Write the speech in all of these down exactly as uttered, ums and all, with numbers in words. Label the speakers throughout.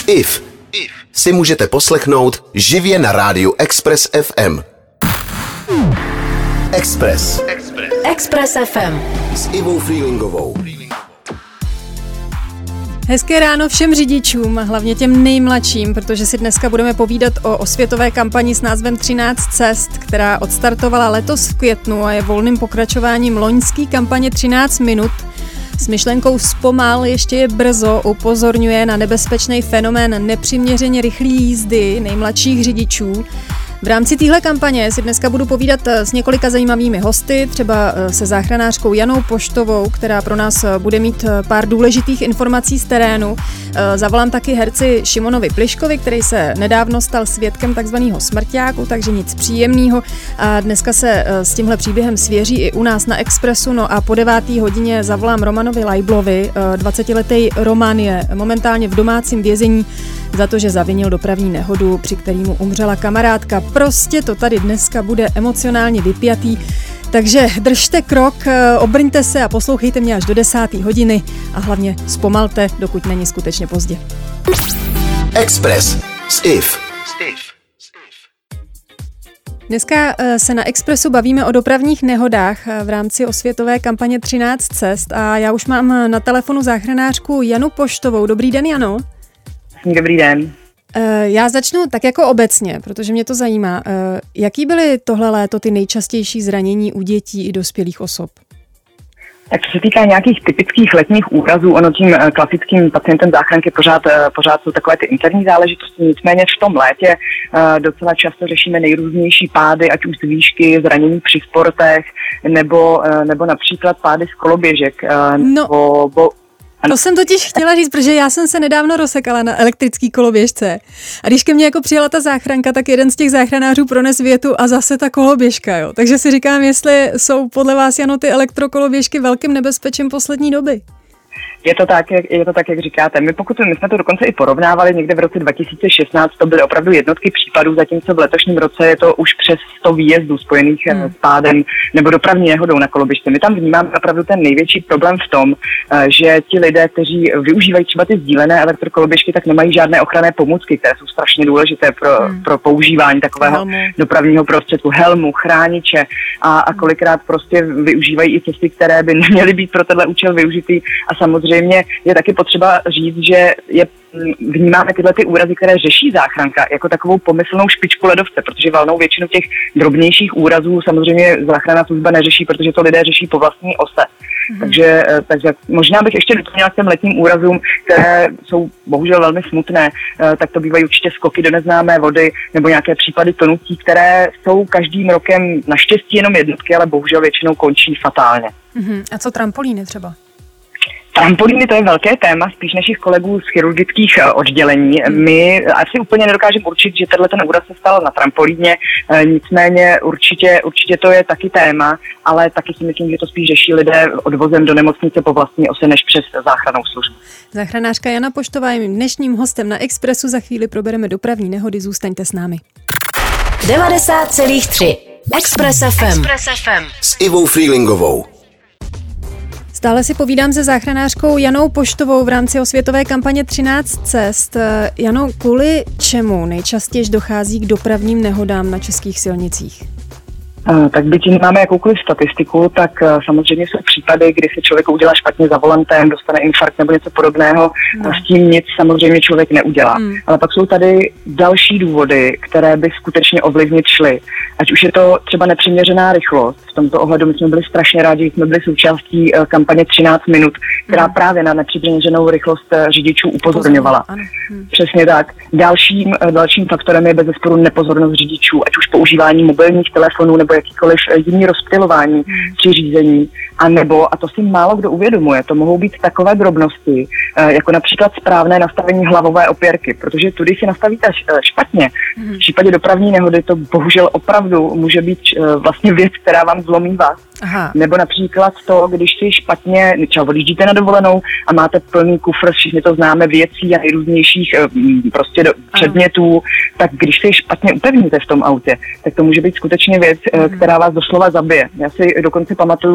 Speaker 1: I F si můžete poslechnout živě na rádiu Express F M. Express. Express.
Speaker 2: Express F M.
Speaker 1: S Ivou Freelingovou.
Speaker 3: Hezké ráno všem řidičům a hlavně těm nejmladším, protože si dneska budeme povídat o osvětové kampani s názvem třináct cest, která odstartovala letos v květnu a je volným pokračováním loňské kampaně třináct minut. S myšlenkou zpomal, ještě je brzo, upozorňuje na nebezpečný fenomén nepřiměřeně rychlé jízdy nejmladších řidičů. V rámci téhle kampaně si dneska budu povídat s několika zajímavými hosty, třeba se záchranářkou Janou Poštovou, která pro nás bude mít pár důležitých informací z terénu. Zavolám taky herci Šimonovi Pliškovi, který se nedávno stal svědkem takzvaného smrťáku, takže nic příjemného. A dneska se s tímhle příběhem svěří i u nás na Expressu. No a po devátý hodině zavolám Romanovi Lajblovi. dvacetiletý Roman je momentálně v domácím vězení za to, že zavinil dopravní nehodu, při kterému umřela kamarádka. Prostě to tady dneska bude emocionálně vypjatý, takže držte krok, obrňte se a poslouchejte mě až do desáté hodiny a hlavně zpomalte, dokud není skutečně pozdě.
Speaker 1: Express s I F.
Speaker 3: Dneska se na Expressu bavíme o dopravních nehodách v rámci osvětové kampaně třináct cest a já už mám na telefonu záchranářku Janu Poštovou. Dobrý den, Jano.
Speaker 4: Dobrý den.
Speaker 3: Já začnu tak jako obecně, protože mě to zajímá. Jaký byly tohle léto ty nejčastější zranění u dětí i dospělých osob?
Speaker 4: Tak co se týká nějakých typických letních úrazů, ono tím klasickým pacientem záchranky pořád, pořád jsou takové ty interní záležitosti, nicméně v tom létě docela často řešíme nejrůznější pády, ať už z výšky, zranění při sportech, nebo, nebo například pády z koloběžek.
Speaker 3: No.
Speaker 4: Nebo, bo,
Speaker 3: To jsem totiž chtěla říct, protože já jsem se nedávno rozsekala na elektrický koloběžce. A když ke mně jako přijela ta záchranka, tak jeden z těch záchranářů prones větu a zase ta koloběžka, jo. Takže si říkám, jestli jsou podle vás, Jano, ty elektrokoloběžky velkým nebezpečím poslední doby.
Speaker 4: Je to tak, jak, je to tak, jak říkáte. My pokud my jsme to dokonce i porovnávali někde v roce dva tisíce šestnáct, to byly opravdu jednotky případů, zatímco v letošním roce je to už přes sto výjezdů spojených hmm. s pádem nebo dopravní nehodou na koloběžce. My tam vnímáme opravdu ten největší problém v tom, že ti lidé, kteří využívají třeba ty sdílené elektrokoloběžky, tak nemají žádné ochranné pomůcky, které jsou strašně důležité pro, hmm. pro používání takového helmu. dopravního prostředku, helmu, chrániče a, a kolikrát prostě využívají i cesty, které by neměly být pro tenhle účel využitý a samozřejmě je taky potřeba říct, že je, vnímáme tyhle ty úrazy, které řeší záchranka, jako takovou pomyslnou špičku ledovce, protože valnou většinu těch drobnějších úrazů samozřejmě záchranná služba neřeší, protože to lidé řeší po vlastní ose. Mm-hmm. Takže, takže možná bych ještě doplnila k těm letním úrazům, které jsou bohužel velmi smutné, tak to bývají určitě skoky do neznámé vody nebo nějaké případy tonutí, které jsou každým rokem naštěstí jenom jednotky, ale bohužel většinou končí fatálně.
Speaker 3: Mm-hmm. A co trampolíny třeba?
Speaker 4: Trampolíny, to je velké téma spíš našich kolegů z chirurgických oddělení. My asi úplně nedokážeme určit, že tenhle ten úraz se stal na trampolíně, nicméně určitě, určitě to je taky téma, ale taky si myslím, že to spíš řeší lidé odvozem do nemocnice po vlastní ose než přes záchrannou službu.
Speaker 3: Záchranářka Jana Poštová je mým dnešním hostem na Expressu. Za chvíli probereme dopravní nehody, zůstaňte s námi.
Speaker 2: devadesát celá tři Express F M. Express F M.
Speaker 1: S Ivou Freelingovou.
Speaker 3: Stále si povídám se záchranářkou Janou Poštovou v rámci osvětové kampaně třináct cest. Jano, kvůli čemu nejčastěji dochází k dopravním nehodám na českých silnicích?
Speaker 4: Tak byť máme jakoukoliv statistiku, tak samozřejmě jsou případy, kdy se člověk udělá špatně za volantem, dostane infarkt nebo něco podobného no. a s tím nic samozřejmě člověk neudělá. Hmm. Ale pak jsou tady další důvody, které by skutečně ovlivnit šly. Ať už je to třeba nepřiměřená rychlost. V tomto ohledu my jsme byli strašně rádi, jsme byli součástí kampaně třináct minut, která hmm. právě na nepřiměřenou rychlost řidičů upozorňovala. Hmm. Přesně tak. Dalším, dalším faktorem je bezesporu nepozornost řidičů, ať už používání mobilních telefonů nebo jakýkoliv jiný rozptylování hmm. při řízení, a nebo, a to si málo kdo uvědomuje, to mohou být takové drobnosti, jako například správné nastavení hlavové opěrky, protože tu, když si nastavíte špatně, hmm. v případě dopravní nehody to bohužel opravdu může být vlastně věc, která vám zlomí vás. Aha. Nebo například to, když si špatně, třeba odjíždíte na dovolenou a máte plný kufr, všichni to známe, věcí a nejrůznějších prostě do, předmětů, tak když si špatně upevníte v tom autě, tak to může být skutečně věc, mm. která vás doslova zabije. Já si dokonce pamatuju jednu dopravní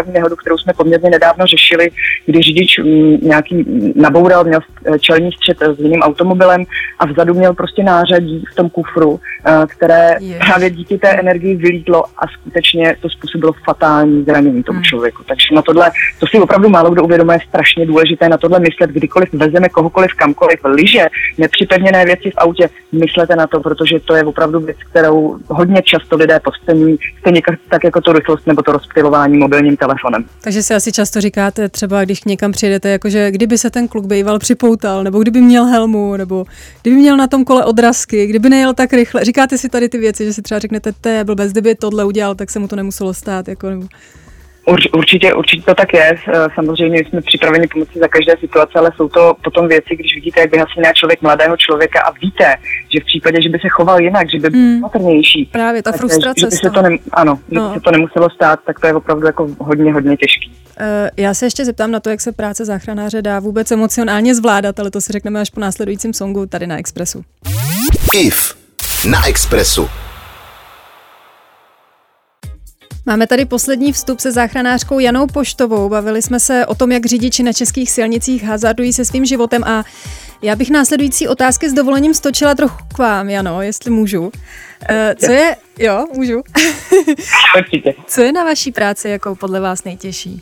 Speaker 4: dopravní nehodu, kterou jsme poměrně nedávno řešili, kdy řidič nějaký naboural, měl čelní střet s jiným automobilem a vzadu měl prostě nářadí v tom kufru, které je. právě díky té energii vylítlo a skutečně to způsobilo fatální zranění tomu člověku. Takže na tohle, to si opravdu málo kdo uvědomuje, strašně důležité na tohle myslet, kdykoliv vezeme kohokoliv kamkoliv, lyže, nepřipevněné věci v autě, myslete na to, protože to je opravdu věc, kterou hodně často lidé podceňují, stejně tak jako to rychlost nebo to rozptylování mobilním telefonem.
Speaker 3: Takže si asi často říkáte třeba, když někam přijedete, jakože kdyby se ten kluk býval připoutal, nebo kdyby měl helmu, nebo kdyby měl na tom kole odrazky, kdyby nejel tak rychle. Říkáte si tady ty věci, že si třeba řeknete, to je blbec, kdyby tohle udělal, tak se mu to nemuselo stát, jako nebo...
Speaker 4: Určitě, určitě to tak je. Samozřejmě jsme připraveni pomoci za každé situace, ale jsou to potom věci, když vidíte, jak vyhasíná člověk mladého člověka a víte, že v případě, že by se choval jinak, že by byl hmm. patrnější.
Speaker 3: Právě ta frustrace.
Speaker 4: Že by se to ne, ano, no. že by se to nemuselo stát, tak to je opravdu jako hodně, hodně těžký.
Speaker 3: Uh, já se ještě zeptám na to, jak se práce záchranáře dá vůbec emocionálně zvládat, ale to si řekneme až po následujícím songu tady na Expressu.
Speaker 1: I F na Expressu.
Speaker 3: Máme tady poslední vstup se záchranářkou Janou Poštovou. Bavili jsme se o tom, jak řidiči na českých silnicích hazardují se svým životem a já bych následující otázky s dovolením stočila trochu k vám, Jano, jestli můžu. Uh, co je, jo, můžu.
Speaker 4: Určitě.
Speaker 3: Co je na vaší práci jako podle vás nejtěžší?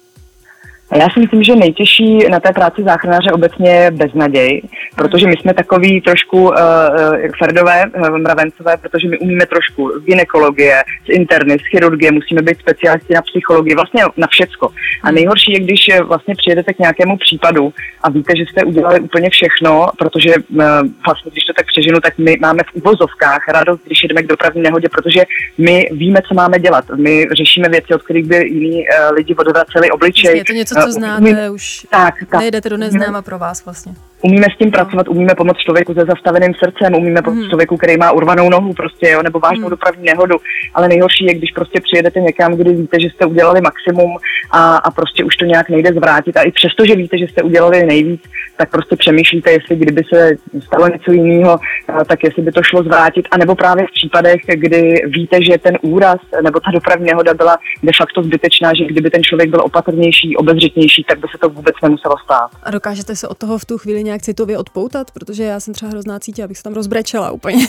Speaker 4: Já si myslím, že nejtěžší na té práci záchranáře obecně je beznaděj, protože my jsme takový trošku uh, ferdové, uh, mravencové, protože my umíme trošku z gynekologie, z interny, z chirurgie, musíme být specialisti na psychologii, vlastně na všecko. A nejhorší je, když vlastně přijedete k nějakému případu a víte, že jste udělali úplně všechno, protože uh, vlastně, když to tak přeženu, tak my máme v uvozovkách radost, když jedeme k dopravní nehodě, protože my víme, co máme dělat. My řešíme věci, od kterých by jiní uh, lidi odvraceli obličej.
Speaker 3: Je to něco, co znáte, umíme, už tak, tak, nejdete do neznáma pro vás vlastně.
Speaker 4: Umíme s tím pracovat, umíme pomoct člověku se zastaveným srdcem, umíme pomoct mm. člověku, který má urvanou nohu prostě, jo, nebo vážnou mm. dopravní nehodu, ale nejhorší je, když prostě přijedete někam, kdy víte, že jste udělali maximum a, a prostě už to nějak nejde zvrátit a i přesto, že víte, že jste udělali nejvíc, tak prostě přemýšlíte, jestli kdyby se stalo něco jiného, tak jestli by to šlo zvrátit, anebo právě v případech, kdy víte, že ten úraz nebo ta dopravní nehoda byla de facto zbytečná, že kdyby ten člověk byl opatrnější, obezřetnější, tak by se to vůbec nemuselo stát.
Speaker 3: A dokážete se od toho v tu chvíli nějak citově odpoutat, protože já jsem třeba hrozná cítila, abych se tam rozbrečela úplně.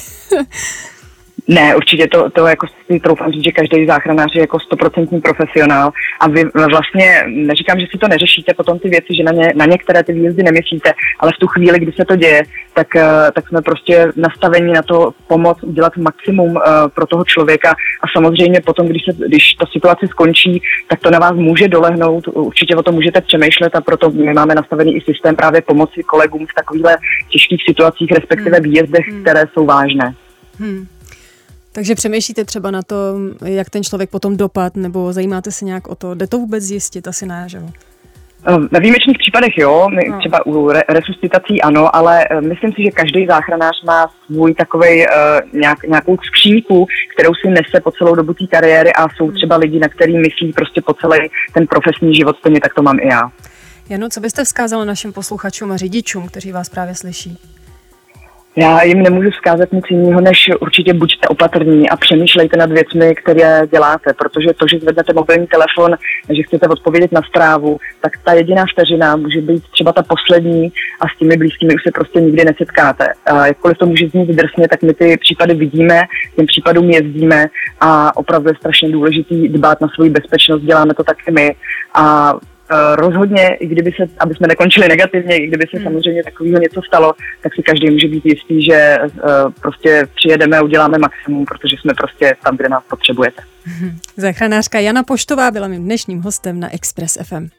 Speaker 4: Ne, určitě to, to jako si troufám říct, že každý záchranář je jako stoprocentní profesionál a vy vlastně, neříkám, že si to neřešíte potom ty věci, že na, ně, na některé ty výjezdy nemyslíte, ale v tu chvíli, kdy se to děje, tak, tak jsme prostě nastaveni na to pomoct, udělat maximum uh, pro toho člověka a samozřejmě potom, když, se, když ta situace skončí, tak to na vás může dolehnout, určitě o tom můžete přemýšlet a proto my máme nastavený i systém právě pomoci kolegům v takovýchhle těžkých situacích, respektive výjezdech, hmm. které jsou vážné.
Speaker 3: Hmm. Takže přemýšlíte třeba na to, jak ten člověk potom dopad, nebo zajímáte se nějak o to? Jde to vůbec zjistit? Asi ne, že jo?
Speaker 4: Ve výjimečných případech jo, no. Třeba u re- resuscitací ano, ale myslím si, že každý záchranář má svůj takovej uh, nějak, nějakou skřínku, kterou si nese po celou dobu té kariéry a jsou třeba lidi, na který myslí prostě po celý ten profesní život, stejně tak to mám i já.
Speaker 3: Jano, co byste vzkázala našim posluchačům a řidičům, kteří vás právě slyší?
Speaker 4: Já jim nemůžu vzkázat nic jiného, než určitě buďte opatrní a přemýšlejte nad věcmi, které děláte, protože to, že zvednete mobilní telefon, že chcete odpovědět na zprávu, tak ta jediná vteřina může být třeba ta poslední a s těmi blízkými už se prostě nikdy nesetkáte. A jakkoliv to může znít drsně, tak my ty případy vidíme, těm případům jezdíme a opravdu je strašně důležitý dbát na svou bezpečnost, děláme to taky my a Uh, rozhodně, i kdyby se, aby jsme nekončili negativně, i kdyby se hmm. samozřejmě takového něco stalo, tak si každý může být jistý, že uh, prostě přijedeme a uděláme maximum, protože jsme prostě tam, kde nás potřebujete.
Speaker 3: Hmm. Záchranářka Jana Poštová byla mým dnešním hostem na Express F M.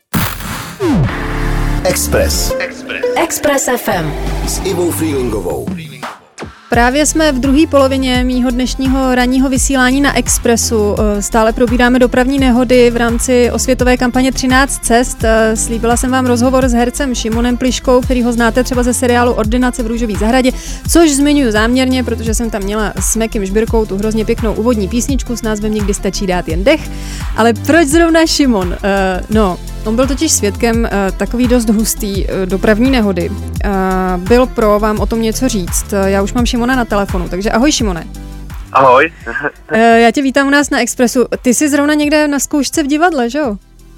Speaker 1: Express. Express.
Speaker 2: Express F M.
Speaker 1: S Ivou Freelingovou.
Speaker 3: Právě jsme v druhé polovině mýho dnešního ranního vysílání na Expressu. Stále probíráme dopravní nehody v rámci osvětové kampaně třináct cest. Slíbila jsem vám rozhovor s hercem Šimonem Pliškou, který ho znáte třeba ze seriálu Ordinace v Růžové zahradě, což zmiňuji záměrně, protože jsem tam měla s Mekim Žbirkou tu hrozně pěknou úvodní písničku s názvem Někdy stačí dát jen dech. Ale proč zrovna Šimon? Uh, no, on byl totiž svědkem uh, takový dost hustý uh, dopravní nehody. Uh, byl pro vám o tom něco říct. Uh, já už mám Šimona na telefonu, takže ahoj Šimone.
Speaker 5: Ahoj.
Speaker 3: uh, já tě vítám u nás na Expressu. Ty jsi zrovna někde na zkoušce v divadle, že jo?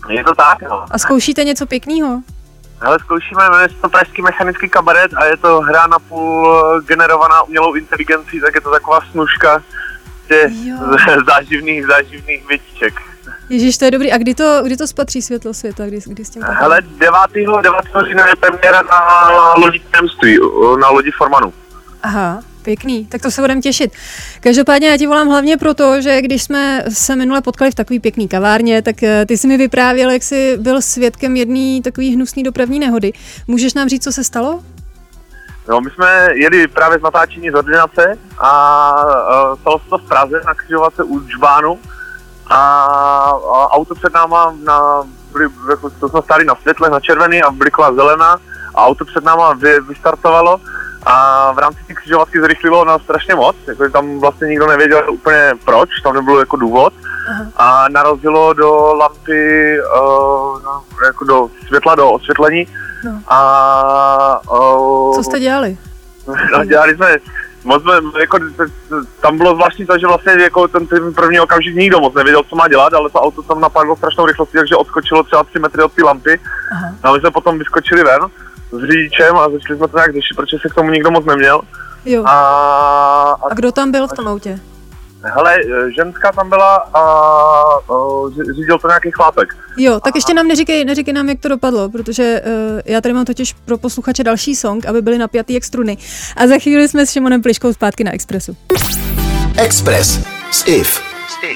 Speaker 5: Je to tak, no.
Speaker 3: A zkoušíte něco pěkného?
Speaker 5: Hele, zkoušíme, jmenuje se to Pražský mechanický kabaret a je to hra napůl generovaná umělou inteligencí, tak je to taková snužka těch záživných, záživných větiček.
Speaker 3: Ježíš, to je dobrý. A kdy to, kdy to spatří světlo světa? Kdy, kdy s tím
Speaker 5: Hele, devátého října je premiéra na lodi Tajemství, na lodi Formanu.
Speaker 3: Aha, pěkný, tak to se budeme těšit. Každopádně já ti volám hlavně proto, že když jsme se minule potkali v takový pěkný kavárně, tak ty jsi mi vyprávěl, jak jsi byl svědkem jedné takový hnusný dopravní nehody. Můžeš nám říct, co se stalo?
Speaker 5: No, my jsme jeli právě z natáčení z ordinace a, a stalo se to v Praze na křižovatce u Džbánu a, a auto před náma, na, byli, to jsme stáli na světle, na červený a blikovala zelená a auto před náma vy, vystartovalo a v rámci té křižovatky zrychlilo nás strašně moc, jako tam vlastně nikdo nevěděl úplně proč, tam nebylo jako důvod. Aha. A narazilo do lampy, uh, no, jako do světla, do osvětlení. No. A, uh,
Speaker 3: co jste dělali?
Speaker 5: No, dělali jsme, moc jsme, jako, tam bylo zvláštní to, že vlastně jako ten, ten první okamžik nikdo moc nevěděl, co má dělat, ale to auto tam napadlo strašnou rychlostí, takže odskočilo třeba tři metry od té lampy. Aha. A my jsme potom vyskočili ven s řidičem a začali jsme to nějak řešit, protože se k tomu nikdo moc neměl.
Speaker 3: Jo. A, a, a kdo tam byl v tom autě?
Speaker 5: Hele, ženská tam byla a, a řídil to nějaký chlápek.
Speaker 3: Jo, tak ještě nám neříkej, neříkej nám, jak to dopadlo, protože uh, já tady mám totiž pro posluchače další song, aby byli napjatý jak struny. A za chvíli jsme s Šimonem Pliškou zpátky na Expressu.
Speaker 1: Express s I F.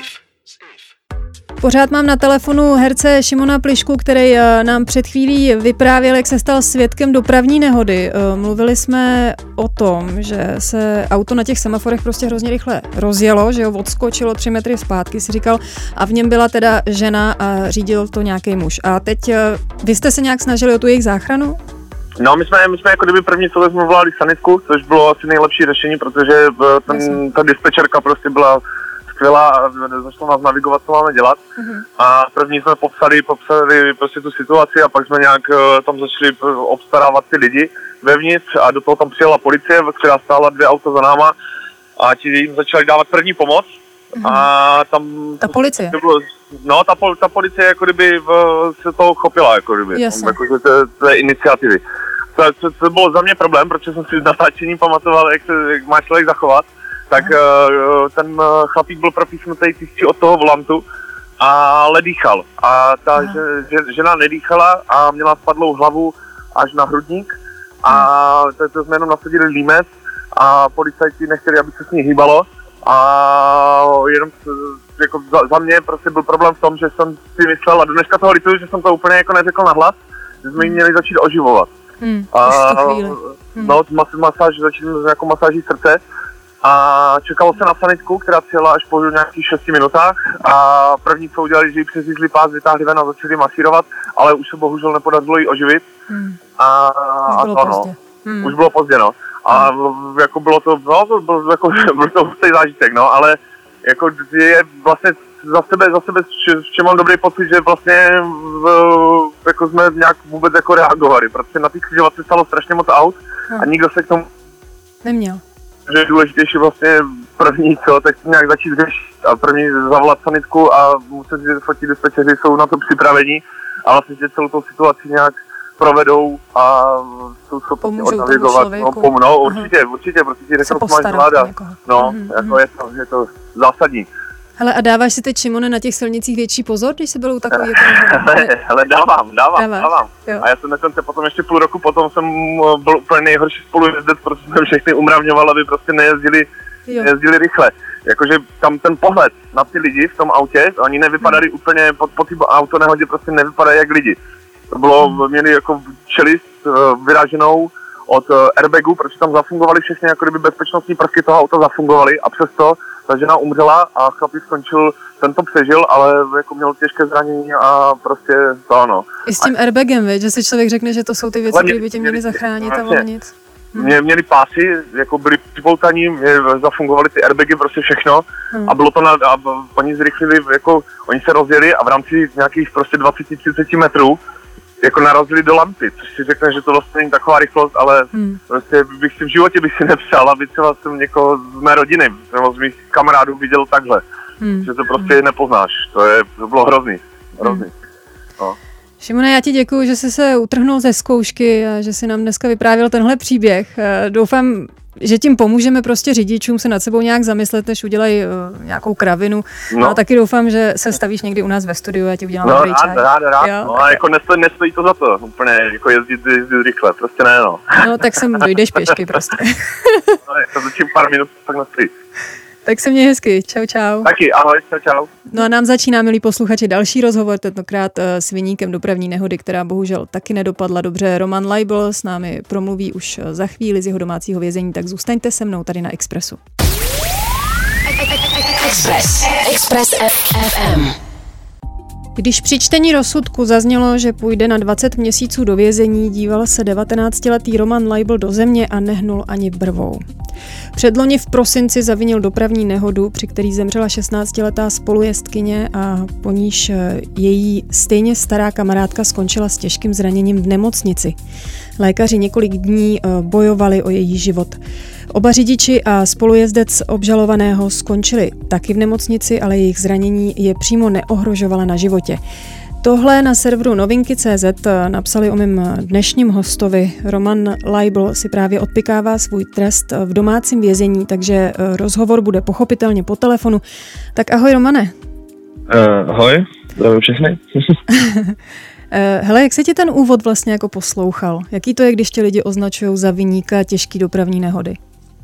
Speaker 3: Pořád mám na telefonu herce Šimona Plišku, který nám před chvílí vyprávěl, jak se stal svědkem dopravní nehody. Mluvili jsme o tom, že se auto na těch semaforech prostě hrozně rychle rozjelo, že jo, odskočilo tři metry zpátky, si říkal, a v něm byla teda žena a řídil to nějaký muž. A teď vy jste se nějak snažili o tu jejich záchranu?
Speaker 5: No, my jsme, my jsme jako kdyby první co jsme volali sanitku, což bylo asi nejlepší řešení, protože ten, ta dispečerka prostě byla skvělá a začala nás navigovat, co máme dělat. Mm-hmm. A první jsme popsali, popsali prostě tu situaci a pak jsme nějak tam začali obstarávat ty lidi vevnitř a do toho tam přijela policie, která stála dvě auta za náma a ti jim začali dávat první pomoc. Mm-hmm. A tam...
Speaker 3: Ta policie?
Speaker 5: To bylo, no, ta, ta policie jako kdyby v, se toho chopila, jako kdyby. Jako, že to, to je iniciativy. To, to, to bylo za mě problém, protože jsem si s natáčením pamatoval, jak se jak má člověk zachovat. Tak uh, ten chlapík byl propíchnutý týsčí od toho volantu, ale dýchal. A ta že, že, žena nedýchala a měla spadlou hlavu až na hrudník. A to, to jsme jenom nasadili límec a policajti nechtěli, aby se s ní hýbalo. A jenom jako za, za mě prostě byl problém v tom, že jsem si myslel, a do dneška toho lituju, že jsem to úplně jako neřekl nahlas, že jsme ji měli začít oživovat.
Speaker 3: Hmm,
Speaker 5: a, hmm. No, mas, masáž, začali s nějakou masáží srdce. A čekalo se na sanitku, která přijela až po nějakých šesti minutách a první, co udělali, že ji přeřízli pás, vytáhli ven a začali masírovat, ale už se bohužel nepodařilo ji oživit. Hmm. A,
Speaker 3: už bylo
Speaker 5: a to,
Speaker 3: pozdě.
Speaker 5: No, hmm. Už bylo pozdě, no. A hmm. jako bylo to, no, to byl, jako, byl to hustý zážitek, no, ale jako je vlastně za sebe, za sebe, v čem mám dobrý pocit, že vlastně v, jako jsme nějak vůbec jako reagovali, protože na té křižovatce stalo strašně moc aut hmm. a nikdo se k tomu
Speaker 3: neměl.
Speaker 5: Že je důležitější vlastně první, co, tak nějak začít řešit a první zavolat sanitku a muset si fotit dispečeři, jsou na to připraveni a vlastně že celou tu situaci nějak provedou a jsou schopni odnavigovat. No, pom- no určitě, určitě, protože ti řeknou, co máš vláda. No, mm-hmm. jako je to, je to zásadní.
Speaker 3: Hele, a dáváš si teď, Šimone, na těch silnicích větší pozor, když se budou takový... Jako...
Speaker 5: hele, hele, dávám, dávám, Dáváš. dávám. Jo. A já jsem dokonce potom ještě půl roku potom jsem byl úplně nejhorší spolujezdec, protože jsem všechny umravňoval, aby prostě nejezdili, nejezdili rychle. Jakože tam ten pohled na ty lidi v tom autě, oni nevypadali hmm. úplně, po, po té autonehodě prostě nevypadají jak lidi. To bylo, hmm. měli jako čelist vyraženou od airbagu, protože tam zafungovaly všechny jako kdyby bezpečnostní prvky toho auta zafungovaly a přesto ta žena umřela a chlapík skončil, ten to přežil, ale jako měl těžké zranění a prostě to ano.
Speaker 3: I s tím a... airbagem, víš, že si člověk řekne, že to jsou ty věci, které by tě měly zachránit a ono nic. Hmm.
Speaker 5: Mě, měli pásy, jako byli připoutaní, zafungovaly ty airbagy, prostě všechno hmm. a bylo to na, a oni zrychlili, jako oni se rozjeli a v rámci nějakých prostě dvacet až třicet metrů jako narazili do lampy, což si řekne, že to vlastně není taková rychlost, ale hmm. prostě bych si v životě bych si nepřál, aby třeba jsem někoho z mé rodiny nebo z mých kamarádů viděl takhle, hmm. že to prostě hmm. nepoznáš, to, je, to bylo hrozný, hrozný. Hmm. no.
Speaker 3: Šimone, já ti děkuju, že jsi se utrhnul ze zkoušky a že jsi nám dneska vyprávěl tenhle příběh. Doufám, že tím pomůžeme prostě řidičům se nad sebou nějak zamyslet, než udělají uh, nějakou kravinu. No. A taky doufám, že se stavíš někdy u nás ve studiu a ti udělám
Speaker 5: no,
Speaker 3: dobrý čaj.
Speaker 5: No, rád, rád, jo, no a jako nestojí, nestojí to za to, úplně jako jezdit, jezdit rychle, prostě ne, no.
Speaker 3: No, tak sem dojdeš pěšky prostě.
Speaker 5: No, to začím pár minut, tak nestojí.
Speaker 3: Tak se měj hezky, čau čau.
Speaker 5: Taky, ahoj, čau čau.
Speaker 3: No a nám začíná, milí posluchači, další rozhovor, tentokrát s viníkem dopravní nehody, která bohužel taky nedopadla dobře. Roman Leibl s námi promluví už za chvíli z jeho domácího vězení, tak zůstaňte se mnou tady na Expressu.
Speaker 2: Express. Express F M.
Speaker 3: Když při čtení rozsudku zaznělo, že půjde na dvacet měsíců do vězení, díval se devatenáctiletý Roman Leibl do země a nehnul ani brvou. Předloni v prosinci zavinil dopravní nehodu, při který zemřela šestnáctiletá spolujezdkyně a po níž její stejně stará kamarádka skončila s těžkým zraněním v nemocnici. Lékaři několik dní bojovali o její život. Oba řidiči a spolujezdec obžalovaného skončili taky v nemocnici, ale jejich zranění je přímo neohrožovala na životě. Tohle na serveru novinky tečka cé zet napsali o mém dnešním hostovi. Roman Leibl si právě odpykává svůj trest v domácím vězení, takže rozhovor bude pochopitelně po telefonu. Tak ahoj, Romane.
Speaker 6: Uh, ahoj, zdravím všechny.
Speaker 3: Hele, jak se ti ten úvod vlastně jako poslouchal? Jaký to je, když tě lidi označují za viníka těžký dopravní nehody?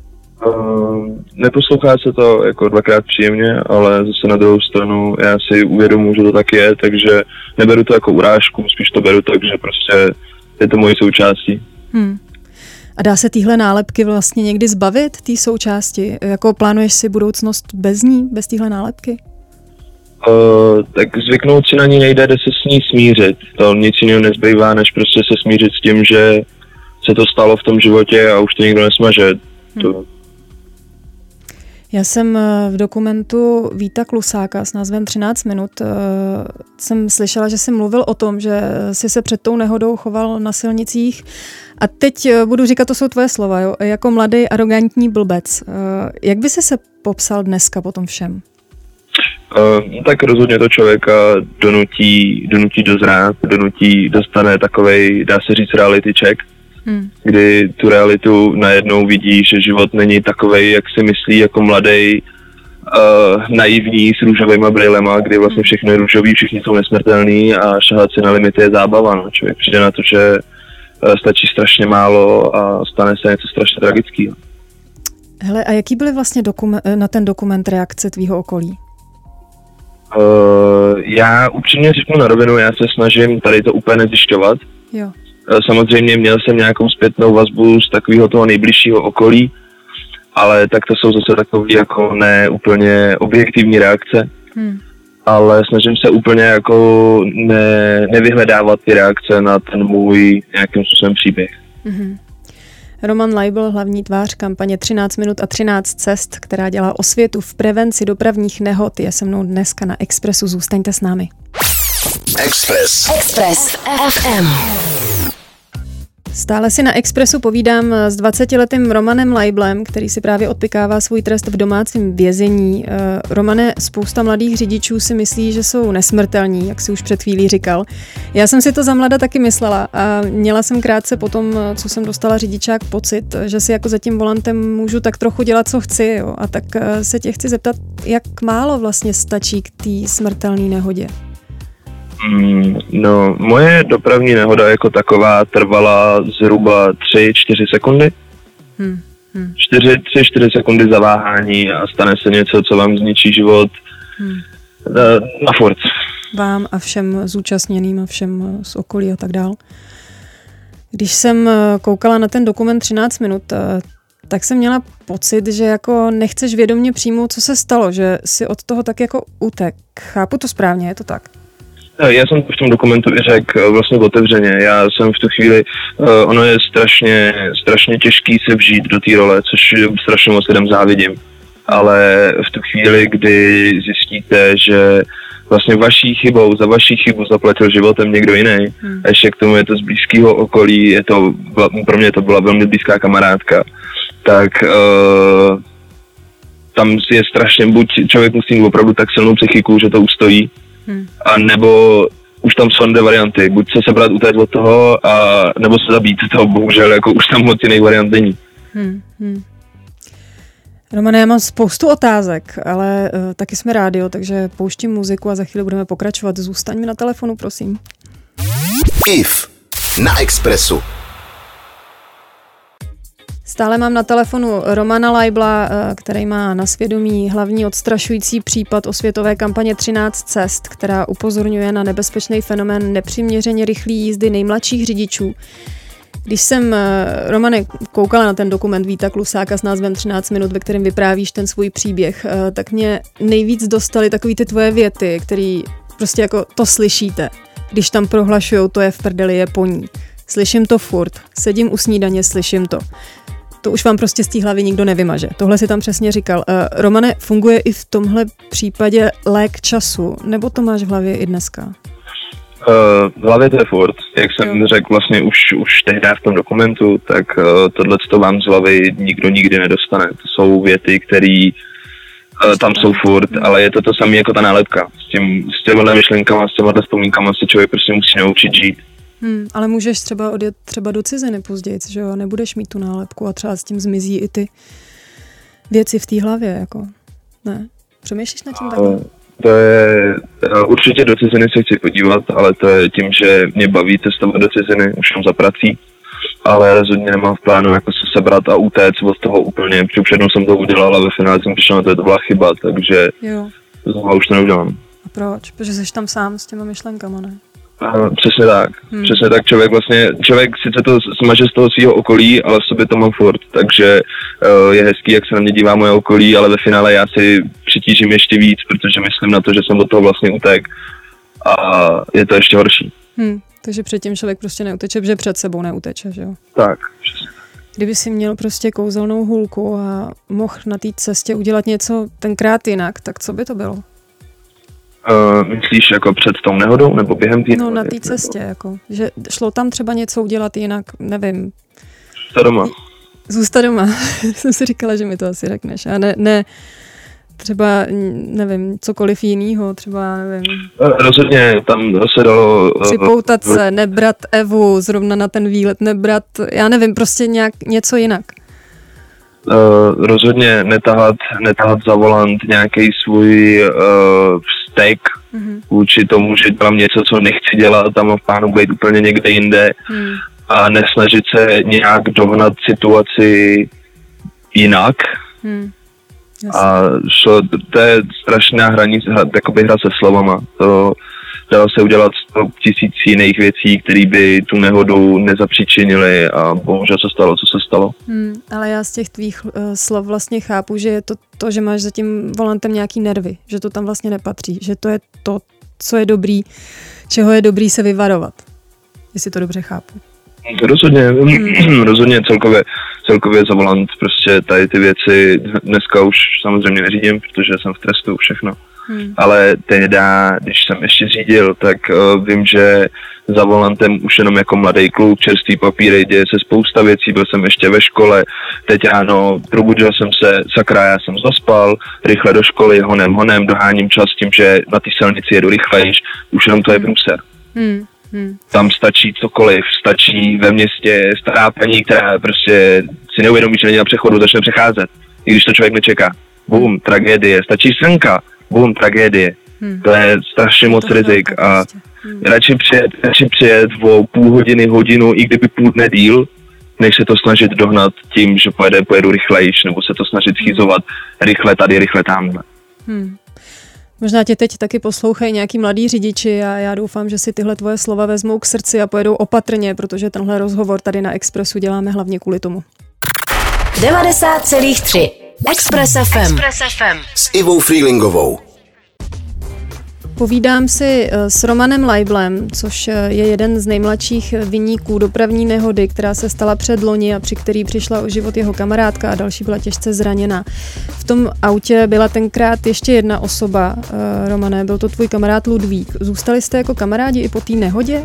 Speaker 6: Uh, neposlouchá se to jako dvakrát příjemně, ale zase na druhou stranu já si uvědomuji, že to tak je, takže neberu to jako urážku, spíš to beru tak, že prostě je to mojí součástí.
Speaker 3: Hmm. A dá se týhle nálepky vlastně někdy zbavit, té součásti? Jako plánuješ si budoucnost bez ní, bez téhle nálepky?
Speaker 6: Uh, tak zvyknout si na ní nejde, jde se s ní smířit. To nic jiného nezbývá, než prostě se smířit s tím, že se to stalo v tom životě a už to nikdo nesmaže. To... Hmm.
Speaker 3: Já jsem v dokumentu Víta Klusáka s názvem třináct minut jsem slyšela, že jsi mluvil o tom, že jsi se před tou nehodou choval na silnicích a teď budu říkat, to jsou tvoje slova, jo? Jako mladý arrogantní blbec. Jak by jsi se popsal dneska po tom všem?
Speaker 6: Uh, tak rozhodně to člověka donutí, donutí dozrát, donutí, dostane takovej, dá se říct, reality check. Hmm. Kdy tu realitu najednou vidí, že život není takovej, jak si myslí, jako mladej, uh, naivní s růžovýma brýlema, kdy vlastně všechno je růžový, všichni jsou nesmrtelný a šahat si na limity je zábava. No. Člověk přijde na to, že uh, stačí strašně málo a stane se něco strašně tragického.
Speaker 3: Hele, a jaký byly vlastně dokumen- na ten dokument reakce tvýho okolí?
Speaker 6: Uh, já upřímně řeknu na rovinu, já se snažím tady to úplně nezjišťovat.
Speaker 3: Jo.
Speaker 6: Samozřejmě měl jsem nějakou zpětnou vazbu z takového toho nejbližšího okolí, ale tak to jsou zase takové jako ne úplně objektivní reakce. Hmm. Ale snažím se úplně jako ne, nevyhledávat ty reakce na ten můj nějakým způsobem příběh. Hmm.
Speaker 3: Roman Leibl, hlavní tvář kampaně třináct minut a třináct cest, která dělá osvětu v prevenci dopravních nehod, je se mnou dneska na Expressu. Zůstaňte s námi.
Speaker 1: Express.
Speaker 2: Express F M.
Speaker 3: Stále si na Expressu povídám s dvacetiletým Romanem Leiblem, který si právě odpykává svůj trest v domácím vězení. Romane, spousta mladých řidičů si myslí, že jsou nesmrtelní, jak si už před chvílí říkal. Já jsem si to za mlada taky myslela a měla jsem krátce po tom, co jsem dostala řidičák, pocit, že si jako za tím volantem můžu tak trochu dělat, co chci. Jo? A tak se tě chci zeptat, jak málo vlastně stačí k té smrtelné nehodě?
Speaker 6: Mm, no, moje dopravní nehoda jako taková trvala zhruba tři čtyři sekundy. Hmm, hmm. čtyři čtyři sekundy zaváhání a stane se něco, co vám zničí život hmm. na, na furt.
Speaker 3: Vám a všem zúčastněným a všem z okolí a tak dál. Když jsem koukala na ten dokument třináct minut, tak jsem měla pocit, že jako nechceš vědomě přijmout, co se stalo, že si od toho tak jako utek. Chápu to správně, je to tak?
Speaker 6: Já jsem v tom dokumentu i řekl vlastně otevřeně. Já jsem v tu chvíli, uh, ono je strašně, strašně těžký se vžít do té role, což strašně moc lidem závidím. Ale v tu chvíli, kdy zjistíte, že vlastně vaší chybou, za vaší chybu zaplatil životem někdo jiný, hmm. a ještě k tomu je to z blízkého okolí, je to, pro mě to byla velmi blízká kamarádka, tak uh, tam je strašně, buď člověk musí mít opravdu tak silnou psychiku, že to ustojí, Hmm. a nebo už tam jsou dvě varianty, buď se sebrat, utéct od toho, a, nebo se zabít toho, bohužel, jako už tam moc jiných variant není.
Speaker 3: Hmm, hmm. Romane, já mám spoustu otázek, ale uh, taky jsme rádio, takže pouštím muziku a za chvíli budeme pokračovat. Zůstaňme na telefonu, prosím.
Speaker 1: I F na Expressu.
Speaker 3: Stále mám na telefonu Romana Leibla, který má na svědomí hlavní odstrašující případ osvětové kampaně třináct cest, která upozorňuje na nebezpečný fenomén nepřiměřeně rychlé jízdy nejmladších řidičů. Když jsem, Romane, koukala na ten dokument Víta Klusáka s názvem třináct minut, ve kterém vyprávíš ten svůj příběh, tak mě nejvíc dostaly takový ty tvoje věty, který prostě jako to slyšíte. Když tam prohlašujou, to je v prdeli, je po ní. Slyším to furt, sedím u snídaně, slyším to. To už vám prostě z té hlavy nikdo nevymaže. Tohle si tam přesně říkal. Uh, Romane, funguje i v tomhle případě lék času, nebo to máš v hlavě i dneska? Uh,
Speaker 6: v hlavě to je furt. Jak jsem jo. řekl vlastně už, už tehdy v tom dokumentu, tak uh, tohleto vám z hlavy nikdo nikdy nedostane. To jsou věty, které uh, tam jsou furt, hmm. ale je to to samé jako ta nálepka. S, tím, s těmihle myšlenkama, s těmihle vzpomínkama se člověk prostě musí naučit žít.
Speaker 3: Hmm, ale můžeš třeba odjet třeba do ciziny později, že jo, nebudeš mít tu nálepku a třeba s tím zmizí i ty věci v té hlavě, jako, ne? Přemýšlíš nad tím takhle?
Speaker 6: To je, určitě do ciziny se chci podívat, ale to je tím, že mě baví cestovat do ciziny, už jsem za prací, ale rozhodně nemám v plánu jako se sebrat a utéct od toho úplně, protože už jednou jsem to udělal a ve finále jsem přišel na to, že to byla chyba, takže
Speaker 3: jo.
Speaker 6: Znovu už to neudělám.
Speaker 3: A proč? Protože jsi tam sám s těma myšlenkama, ne?
Speaker 6: Uh, přesně tak, hmm. přesně tak, člověk vlastně, člověk sice to smaže z toho svého okolí, ale v sobě to mám furt, takže uh, je hezký, jak se na mě dívá moje okolí, ale ve finále já si přitížím ještě víc, protože myslím na to, že jsem do toho vlastně utek a je to ještě horší.
Speaker 3: Hmm. Takže předtím člověk prostě neuteče, protože před sebou neuteče, že jo?
Speaker 6: Tak, přesně.
Speaker 3: Kdyby si měl prostě kouzelnou hůlku a mohl na té cestě udělat něco tenkrát jinak, tak co by to bylo?
Speaker 6: Uh, myslíš jako před tou nehodou nebo během té
Speaker 3: No
Speaker 6: nehody,
Speaker 3: na té cestě, nebo? Jako, že šlo tam třeba něco udělat jinak, nevím.
Speaker 6: Zůstat doma.
Speaker 3: Zůstat doma. Jsem si říkala, že mi to asi řekneš. A ne, ne třeba, nevím, cokoliv jinýho, třeba, nevím.
Speaker 6: Uh, rozhodně, tam se dalo... Uh,
Speaker 3: Připoutat se, nebrat Evu zrovna na ten výlet, nebrat, já nevím, prostě nějak něco jinak.
Speaker 6: Uh, rozhodně netahat, netahat za volant nějaký svůj uh, vztek mm-hmm. vůči tomu, že dělám něco, co nechci dělat, tam v plánu být úplně někde jinde mm. a nesnažit se nějak dohnat situaci jinak. Mm. A šlo, to je strašná hraní, jakoby hra se slovama. To dalo se udělat sto tisíc jiných věcí, které by tu nehodu nezapříčinily a bohužel se stalo, co se stalo.
Speaker 3: Hmm, ale já z těch tvých uh, slov vlastně chápu, že je to to, že máš za tím volantem nějaký nervy, že to tam vlastně nepatří, že to je to, co je dobrý, čeho je dobrý se vyvarovat. Jestli to dobře chápu.
Speaker 6: Rozhodně, hmm. rozhodně celkově, celkově za volant prostě tady ty věci dneska už samozřejmě neřídím, protože jsem v trestu, všechno. Hmm. Ale tehda, když jsem ještě řídil, tak uh, vím, že za volantem už jenom jako mladý kluk, čerstvý papíry, děje se spousta věcí, byl jsem ještě ve škole, teď ráno probudil jsem se, sakra, já jsem zaspal, rychle do školy, honem, honem, doháním čas tím, že na té silnici jedu rychlejš, už jenom to je průser. Hmm. Hmm. Tam stačí cokoliv, stačí ve městě stará paní, která prostě si neuvědomí, že není na přechodu, začne přecházet, i když to člověk nečeká. Bum, tragédie, stačí srnka, bum, tragédie. Hmm. To je strašně moc rizik a hmm. radši přijet, radši přijet o půl hodiny, hodinu, i kdyby půl dne díl, než se to snažit dohnat tím, že pojede, pojedu rychlejš, nebo se to snažit schýzovat rychle tady, rychle tamhle. Hmm.
Speaker 3: Možná tě teď taky poslouchají nějaký mladí řidiči a já doufám, že si tyhle tvoje slova vezmou k srdci a pojedou opatrně, protože tenhle rozhovor tady na Expressu děláme hlavně kvůli tomu.
Speaker 2: devadesát celá tři Express F M. Express F M.
Speaker 1: S Ivou Freelingovou.
Speaker 3: Povídám si s Romanem Leiblem, což je jeden z nejmladších viníků dopravní nehody, která se stala předloni a při který přišla o život jeho kamarádka a další byla těžce zraněna. V tom autě byla tenkrát ještě jedna osoba, Romane, byl to tvůj kamarád Ludvík. Zůstali jste jako kamarádi i po té nehodě?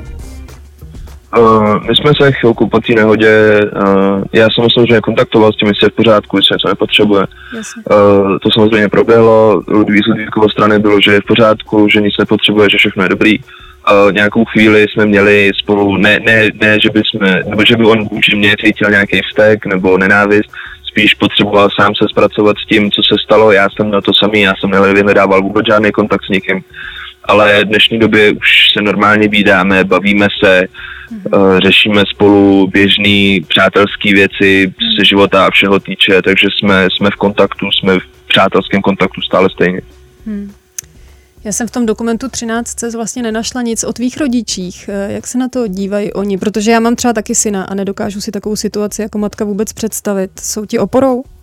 Speaker 6: Uh, my jsme se chvilku po té nehodě, uh, já jsem samozřejmě kontaktoval s tím, jestli je v pořádku, jestli něco nepotřebuje. Uh, to samozřejmě proběhlo, z Ludvíkové strany bylo, že je v pořádku, že nic nepotřebuje, že všechno je dobrý Uh, nějakou chvíli jsme měli spolu, ne, ne, ne že by jsme, nebo že by on vůči mě cítil nějaký vztek nebo nenávist, spíš potřeboval sám se zpracovat s tím, co se stalo, já jsem na to samý, já jsem nevyhledával vůbec žádný kontakt s nikým. Ale v dnešní době už se normálně vídáme, bavíme se, uh, řešíme spolu běžné přátelské věci ze života a všeho týče, takže jsme, jsme v kontaktu, jsme v přátelském kontaktu stále stejně. Hmm.
Speaker 3: Já jsem v tom dokumentu třináct cest vlastně nenašla nic o tvých rodičích. Jak se na to dívají oni? Protože já mám třeba taky syna a nedokážu si takovou situaci jako matka vůbec představit. Jsou ti oporou?
Speaker 6: Uh,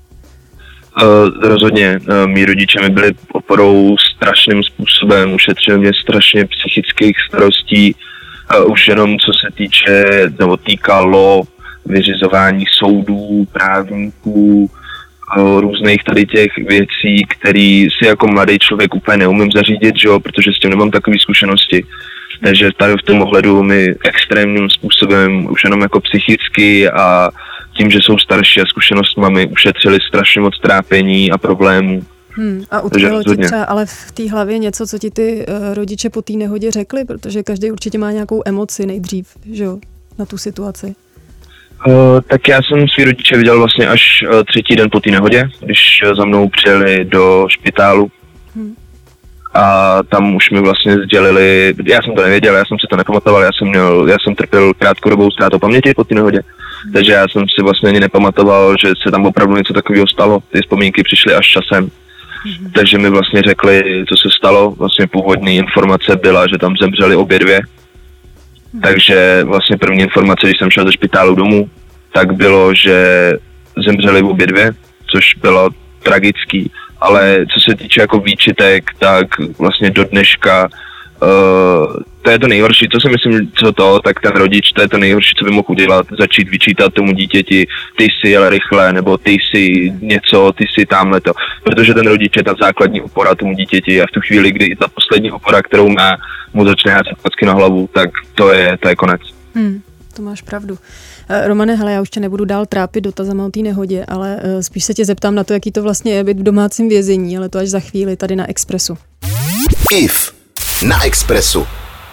Speaker 6: rozhodně. Uh, mí rodiče mi byli oporou strašným způsobem. Ušetřili mě strašně psychických starostí. Uh, už jenom co se týče, nebo týkalo vyřizování soudů, právníků, různých tady těch věcí, které si jako mladý člověk úplně neumím zařídit, že jo, protože s tím nemám takové zkušenosti. Takže tady v tom ohledu mi extrémním způsobem už jenom jako psychicky a tím, že jsou starší a zkušenostmi, ušetřili strašně moc trápení a problémů.
Speaker 3: Hmm, a utkvělo ti třeba ale v té hlavě něco, co ti ty uh, rodiče po té nehodě řekli, protože každý určitě má nějakou emoci nejdřív, že jo, na tu situaci.
Speaker 6: Uh, tak já jsem svý rodiče viděl vlastně až uh, třetí den po té nehodě, když uh, za mnou přijeli do špitálu. Hmm. A tam už mi vlastně sdělili, já jsem to nevěděl, já jsem si to nepamatoval, já jsem měl, já jsem trpěl krátkodobou ztrátu paměti po té nehodě. Hmm. Takže já jsem si vlastně ani nepamatoval, že se tam opravdu něco takového stalo. Ty vzpomínky přišly až časem. Hmm. Takže mi vlastně řekli, co se stalo. Vlastně původní informace byla, že tam zemřeli obě dvě. Hmm. Takže vlastně první informace, když jsem šel ze špitálu domů, tak bylo, že zemřeli obě dvě, což bylo tragický, ale co se týče jako výčitek, tak vlastně do dneška uh, to je to nejhorší, co si myslím, co to, tak ten rodič, to je to nejhorší, co by mohl udělat, začít vyčítat tomu dítěti, ty jsi jel rychle, nebo ty jsi něco, ty jsi tamhle to, protože ten rodič je ta základní opora tomu dítěti a v tu chvíli, kdy ta poslední opora, kterou má, mu začne házet klacky na hlavu, tak to je, to je konec.
Speaker 3: Hmm, to máš pravdu. Romane, hele, já už tě nebudu dál trápit dotazama o té nehodě, ale spíš se tě zeptám na to, jaký to vlastně je být v domácím vězení, ale to až za chvíli tady na Expressu.
Speaker 1: I F na Expressu.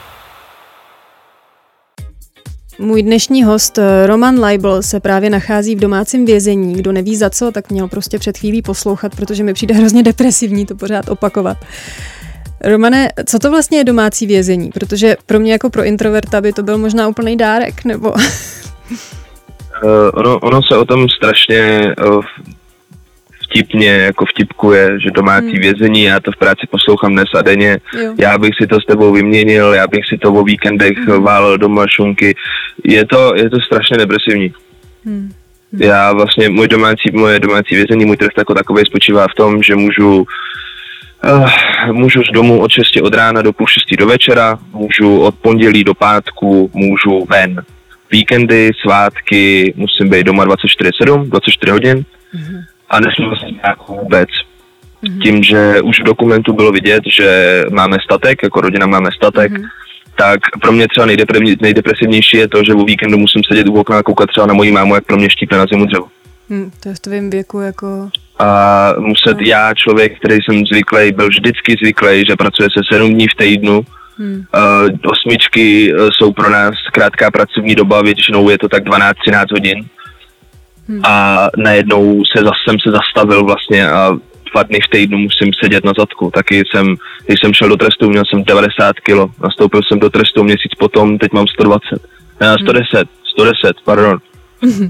Speaker 3: Můj dnešní host Roman Leibl se právě nachází v domácím vězení. Kdo neví za co, tak měl prostě před chvílí poslouchat, protože mi přijde hrozně depresivní to pořád opakovat. Romane, co to vlastně je domácí vězení? Protože pro mě jako pro introverta by to byl možná úplný dárek, nebo...
Speaker 6: uh, ono, ono se o tom strašně uh, vtipně jako vtipkuje, že domácí hmm. vězení, já to v práci poslouchám dnes a denně, jo. Já bych si to s tebou vyměnil, já bych si to o víkendech hmm. válel doma šunky. Je to, je to strašně depresivní. Hmm. Hmm. Já vlastně, můj domácí, moje domácí vězení, můj trest jako takový spočívá v tom, že můžu Uh, můžu z domu od šesti od rána do půl šesti do večera, můžu od pondělí do pátku, můžu ven. Víkendy, svátky, musím být doma dvacet čtyři sedm, dvacet čtyři hodin mm-hmm. a nesmím vlastně nějak vůbec. Mm-hmm. Tím, že už v dokumentu bylo vidět, že máme statek, jako rodina máme statek, mm-hmm. tak pro mě třeba nejdepresivnější je to, že o víkendu musím sedět u okna a koukat třeba na moji mámu, jak pro mě štípe na zimu dřevo.
Speaker 3: Hmm, to je v tvém věku jako...
Speaker 6: A muset já, člověk, který jsem zvyklý, byl vždycky zvyklý, že pracuje se sedm dní v týdnu. Hmm. Uh, osmičky uh, jsou pro nás krátká pracovní doba, většinou je to tak dvanáct třináct hodin. Hmm. A najednou se zas, jsem se zastavil vlastně a dva dny v týdnu musím sedět na zadku. Taky jsem, když jsem šel do trestu, měl jsem devadesát kilo, nastoupil jsem do trestu měsíc potom, teď mám sto dvacet. Ne, sto deset, sto deset, pardon. Hmm.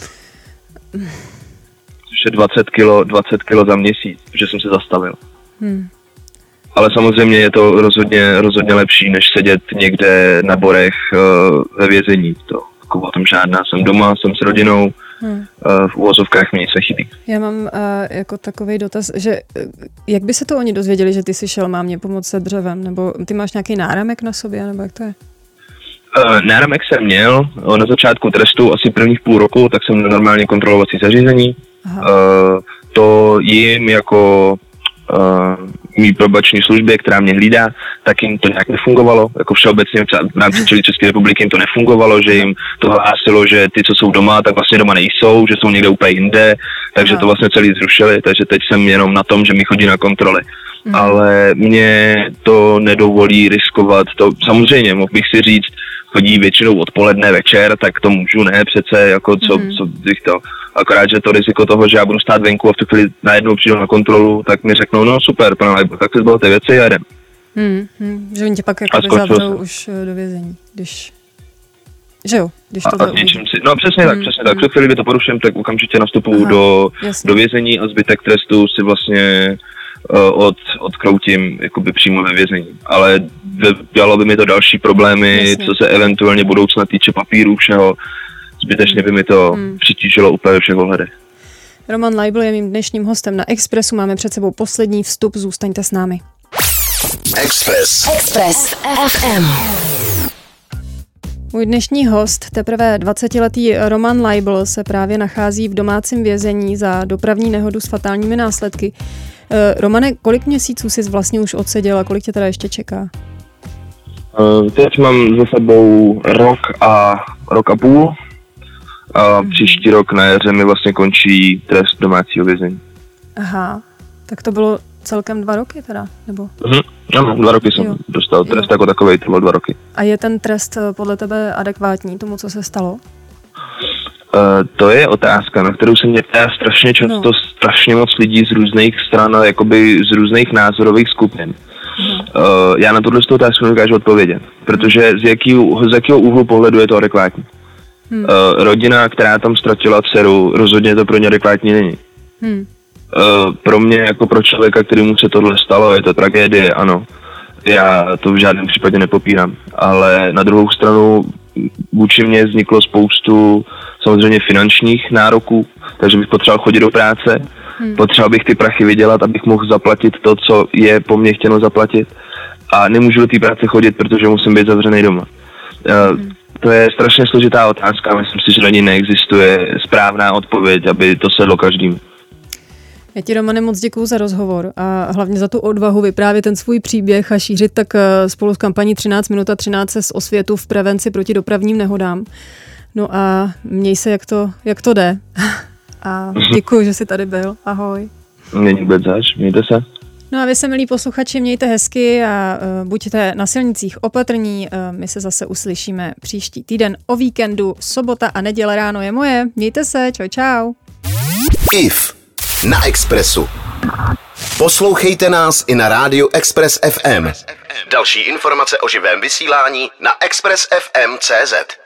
Speaker 6: Což je dvacet kilo, dvacet kilo za měsíc, protože jsem se zastavil. Hmm. Ale samozřejmě je to rozhodně, rozhodně lepší, než sedět někde na borech uh, ve vězení. To jako o tom žádná. Jsem doma, jsem s rodinou, hmm. uh, v uvozovkách mi nic nechybí.
Speaker 3: Já mám uh, jako takovej dotaz, že jak by se to oni dozvěděli, že ty jsi šel mámě pomoct se dřevem? Nebo ty máš nějaký náramek na sobě, nebo jak to je?
Speaker 6: Uh, náramek jsem měl, na začátku trestu asi prvních půl roku, tak jsem normálně kontrolovací zařízení. Uh, to jim jako uh, mý probační službě, která mě hlídá, tak jim to nějak nefungovalo. Jako všeobecně v rámci celé České republiky jim to nefungovalo, že jim to hlásilo, že ty, co jsou doma, tak vlastně doma nejsou, že jsou někde úplně jinde, takže Aha. to vlastně celý zrušili, takže teď jsem jenom na tom, že mi chodí na kontroly. mm. ale mě to nedovolí riskovat to. Samozřejmě, mohl bych si říct, chodí většinou odpoledne, večer, tak to můžu, ne, přece, jako co, mm. co bych to, akorát, že to riziko toho, že já budu stát venku a v tu chvíli najednou přijdu na kontrolu, tak mi řeknou, no super, pane, tak si zbalte věci a jedem.
Speaker 3: Mm, mm, že oni tě pak jako zavřou už do vězení, když... Že jo, když to
Speaker 6: a, a si, no přesně mm, tak, přesně mm. tak. V chvíli, kdy to poruším, tak okamžitě nastupuju do, do vězení a zbytek trestu si vlastně uh, od, odkroutím jakoby přímo ve vězení. Ale dělalo by mi to další problémy, jasně. co se eventuálně budoucna týče papíru všeho. Zbytečně by mi to mm. přitížilo úplně ve všech ohledech.
Speaker 3: Roman Leibl je mým dnešním hostem na Expressu. Máme před sebou poslední vstup, zůstaňte s námi.
Speaker 1: Express.
Speaker 2: Express ef em.
Speaker 3: Můj dnešní host, teprve dvacetiletý Roman Leibl, se právě nachází v domácím vězení za dopravní nehodu s fatálními následky. Romane, kolik měsíců jsi vlastně už odseděl a kolik tě teda ještě čeká?
Speaker 6: Teď mám za sebou rok a rok a půl. A hmm. příští rok na jaře mi vlastně končí trest domácího vězení. Aha,
Speaker 3: tak to bylo celkem dva roky teda, nebo?
Speaker 6: Mhm. Ano, dva roky jsem jo. dostal trest jo. jako takovej, to bylo dva roky.
Speaker 3: A je ten trest podle tebe adekvátní tomu, co se stalo? Uh,
Speaker 6: to je otázka, na kterou se mě ptá strašně často, no. strašně moc lidí z různých stran, jakoby z různých názorových skupin. No. Uh, já na tuhle otázku nedokážu odpovědět, protože z jakého, z jakého úhlu pohledu je to adekvátní. Hmm. Uh, rodina, která tam ztratila dceru, rozhodně to pro ně adekvátní není. Hmm. Uh, pro mě jako pro člověka, kterému se tohle stalo, je to tragédie, ano. Já to v žádném případě nepopírám, ale na druhou stranu vůči mě vzniklo spoustu samozřejmě finančních nároků, takže bych potřeboval chodit do práce, hmm. potřeboval bych ty prachy vydělat, abych mohl zaplatit to, co je po mně chtěno zaplatit a nemůžu do té práce chodit, protože musím být zavřený doma. Uh, hmm. To je strašně složitá otázka, myslím si, že na ní neexistuje správná odpověď, aby to sedlo každým.
Speaker 3: Já ti, Romane, moc děkuju za rozhovor a hlavně za tu odvahu vyprávět ten svůj příběh a šířit tak spolu s kampaní třináct minut a třináct cest osvětu v prevenci proti dopravním nehodám. No a měj se, jak to, jak to jde. A děkuju, že jsi tady byl. Ahoj.
Speaker 6: Není vůbec zač, mějte se.
Speaker 3: No a vy se, milí posluchači, mějte hezky a uh, buďte na silnicích opatrní. Uh, my se zase uslyšíme příští týden o víkendu. Sobota a neděle ráno je moje. Mějte se, čau čau.
Speaker 1: I F na Expressu. Poslouchejte nás i na rádiu Express ef em. Další informace o živém vysílání na express ef em tečka cé zet.